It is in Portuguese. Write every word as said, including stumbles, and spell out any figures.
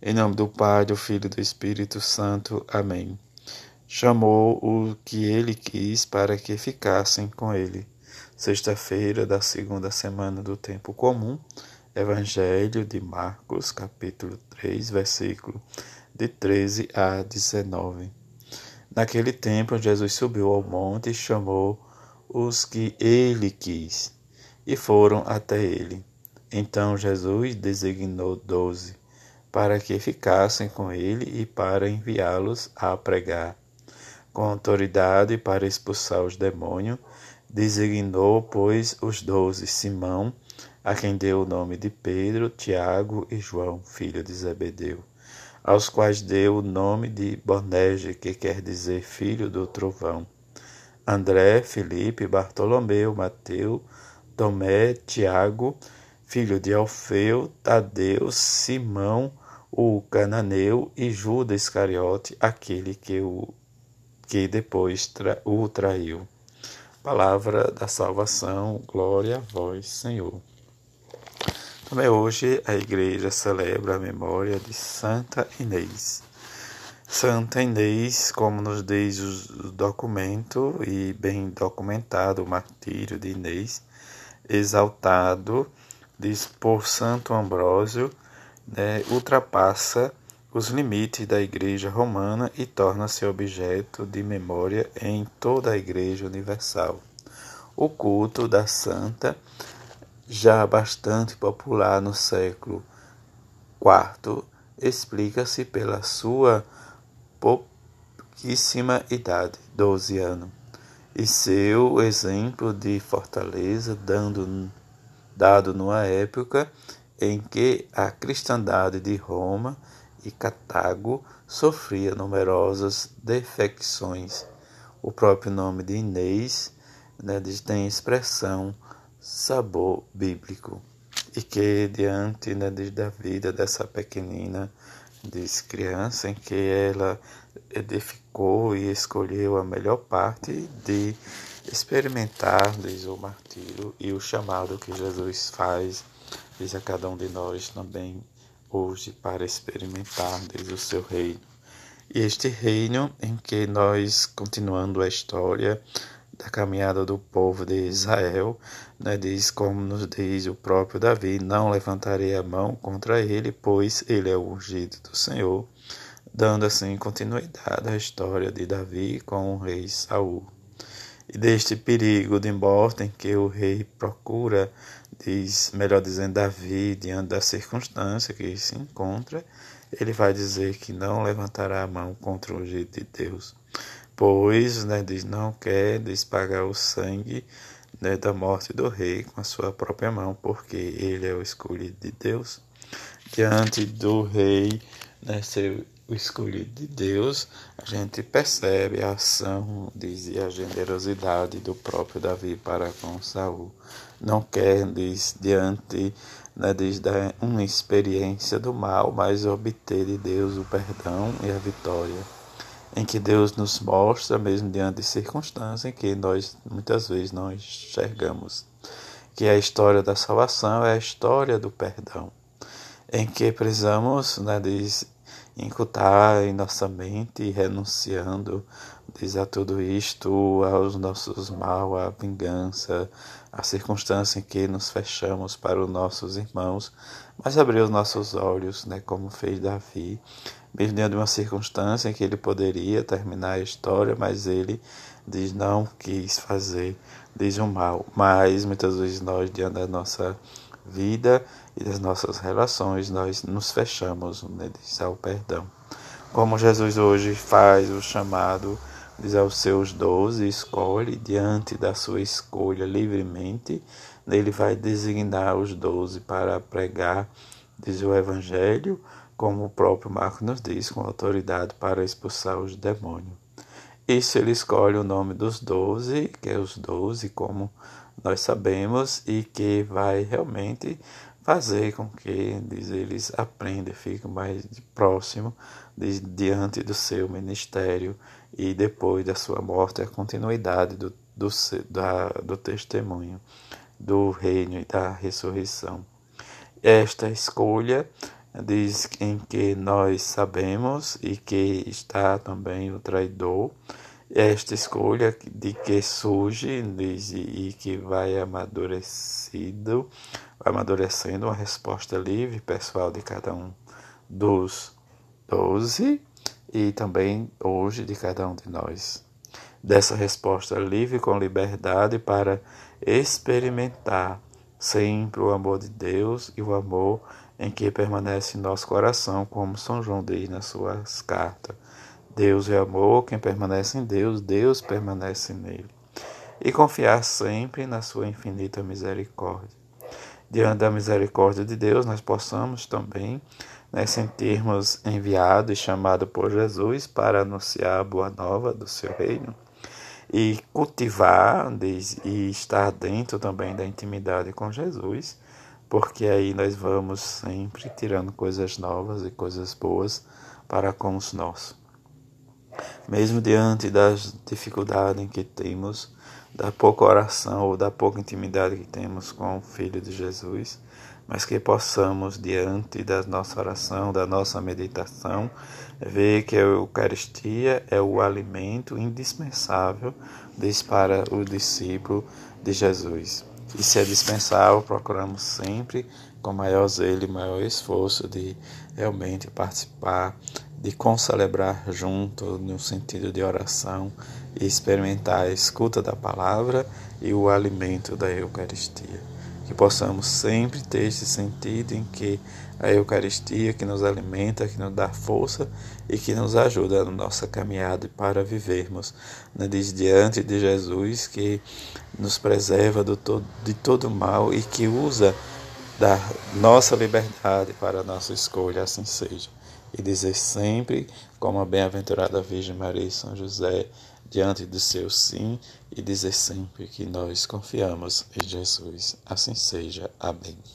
Em nome do Pai, do Filho e do Espírito Santo. Amém. Chamou o que ele quis para que ficassem com ele. Sexta-feira da segunda semana do tempo comum. Evangelho de Marcos, capítulo três, versículo de treze a dezenove. Naquele tempo, Jesus subiu ao monte e chamou os que ele quis, e foram até ele. Então Jesus designou doze, para que ficassem com ele e para enviá-los a pregar. Com autoridade para expulsar os demônios, designou, pois, os doze: Simão, a quem deu o nome de Pedro, Tiago e João, filho de Zebedeu, aos quais deu o nome de Boanerges, que quer dizer filho do trovão, André, Filipe, Bartolomeu, Mateu, Tomé, Tiago, filho de Alfeu, Tadeu, Simão, o cananeu, e Judas Iscariote, aquele que, o, que depois tra, o traiu. Palavra da salvação, glória a vós, Senhor. Também hoje a igreja celebra a memória de Santa Inês. Santa Inês, como nos diz o documento, e bem documentado o martírio de Inês, exaltado, diz por Santo Ambrósio, né, ultrapassa os limites da Igreja Romana e torna-se objeto de memória em toda a Igreja Universal. O culto da Santa, já bastante popular no século quarto, explica-se pela sua pouquíssima idade, doze anos, e seu exemplo de fortaleza, dando, dado numa época em que a cristandade de Roma e Cartago sofria numerosas defecções. O próprio nome de Inês, né, tem expressão sabor bíblico, e que diante, né, da vida dessa pequenina, diz criança, em que ela edificou e escolheu a melhor parte de experimentar, diz o martírio e o chamado que Jesus faz, diz a cada um de nós também hoje, para experimentar, diz o seu reino. E este reino em que nós, continuando a história da caminhada do povo de Israel, né, diz, como nos diz o próprio Davi: não levantarei a mão contra ele, pois ele é o ungido do Senhor, dando assim continuidade à história de Davi com o rei Saul. E deste perigo de morte em que o rei procura, diz, melhor dizendo, Davi, diante da circunstância que se encontra, ele vai dizer que não levantará a mão contra o ungido de Deus, pois, né, diz, não quer despagar o sangue, né, da morte do rei com a sua própria mão, porque ele é o escolhido de Deus. Diante do rei, né, ser o escolhido de Deus, a gente percebe a ação, diz, e a generosidade do próprio Davi para com Saul. Não quer, diz, diante, né, diz, da uma experiência do mal, mas obter de Deus o perdão e a vitória, em que Deus nos mostra, mesmo diante de circunstâncias em que nós muitas vezes não enxergamos, que a história da salvação é a história do perdão, em que precisamos, né, diz, incutar em nossa mente, renunciando, diz, a tudo isto, aos nossos mal, à vingança, à circunstância em que nos fechamos para os nossos irmãos, mas abrir os nossos olhos, né, como fez Davi, mesmo diante de uma circunstância em que ele poderia terminar a história, mas ele, diz, não quis fazer, diz, o mal. Mas muitas vezes nós, diante da nossa vida e das nossas relações, nós nos fechamos, né, diz, ao perdão. Como Jesus hoje faz o chamado, diz, aos seus doze, escolhe, diante da sua escolha livremente, ele vai designar os doze para pregar, diz, o Evangelho, como o próprio Marcos nos diz, com autoridade para expulsar os demônios. Isso ele escolhe o nome dos doze, que é os doze, como nós sabemos, e que vai realmente fazer com que, diz, eles aprendam, fiquem mais próximo, diz, diante do seu ministério, e depois da sua morte, a continuidade do, do, da, do testemunho do reino e da ressurreição. Esta escolha diz em que nós sabemos e que está também o traidor. Esta escolha de que surge diz, e que vai amadurecido, amadurecendo uma resposta livre, pessoal, de cada um dos doze e também hoje de cada um de nós. Dessa resposta livre com liberdade para experimentar sempre o amor de Deus e o amor em que permanece em nosso coração, como São João diz nas suas cartas. Deus é amor, quem permanece em Deus, Deus permanece nele. E confiar sempre na sua infinita misericórdia. Diante da misericórdia de Deus, nós possamos também né, sentirmos enviados e chamados por Jesus para anunciar a boa nova do seu reino e cultivar e estar dentro também da intimidade com Jesus, porque aí nós vamos sempre tirando coisas novas e coisas boas para com os nossos. Mesmo diante das dificuldades em que temos, da pouca oração ou da pouca intimidade que temos com o Filho de Jesus, mas que possamos, diante da nossa oração, da nossa meditação, ver que a Eucaristia é o alimento indispensável para o discípulo de Jesus. E se é dispensável, procuramos sempre, com maior zelo e maior esforço, de realmente participar, de concelebrar junto no sentido de oração e experimentar a escuta da palavra e o alimento da Eucaristia. Que possamos sempre ter esse sentido em que a Eucaristia que nos alimenta, que nos dá força e que nos ajuda na nossa caminhada para vivermos né, diante de Jesus, que nos preserva do todo, de todo mal e que usa da nossa liberdade para a nossa escolha, assim seja. E dizer sempre, como a bem-aventurada Virgem Maria e São José, diante do seu sim, e dizer sempre que nós confiamos em Jesus. Assim seja. Amém.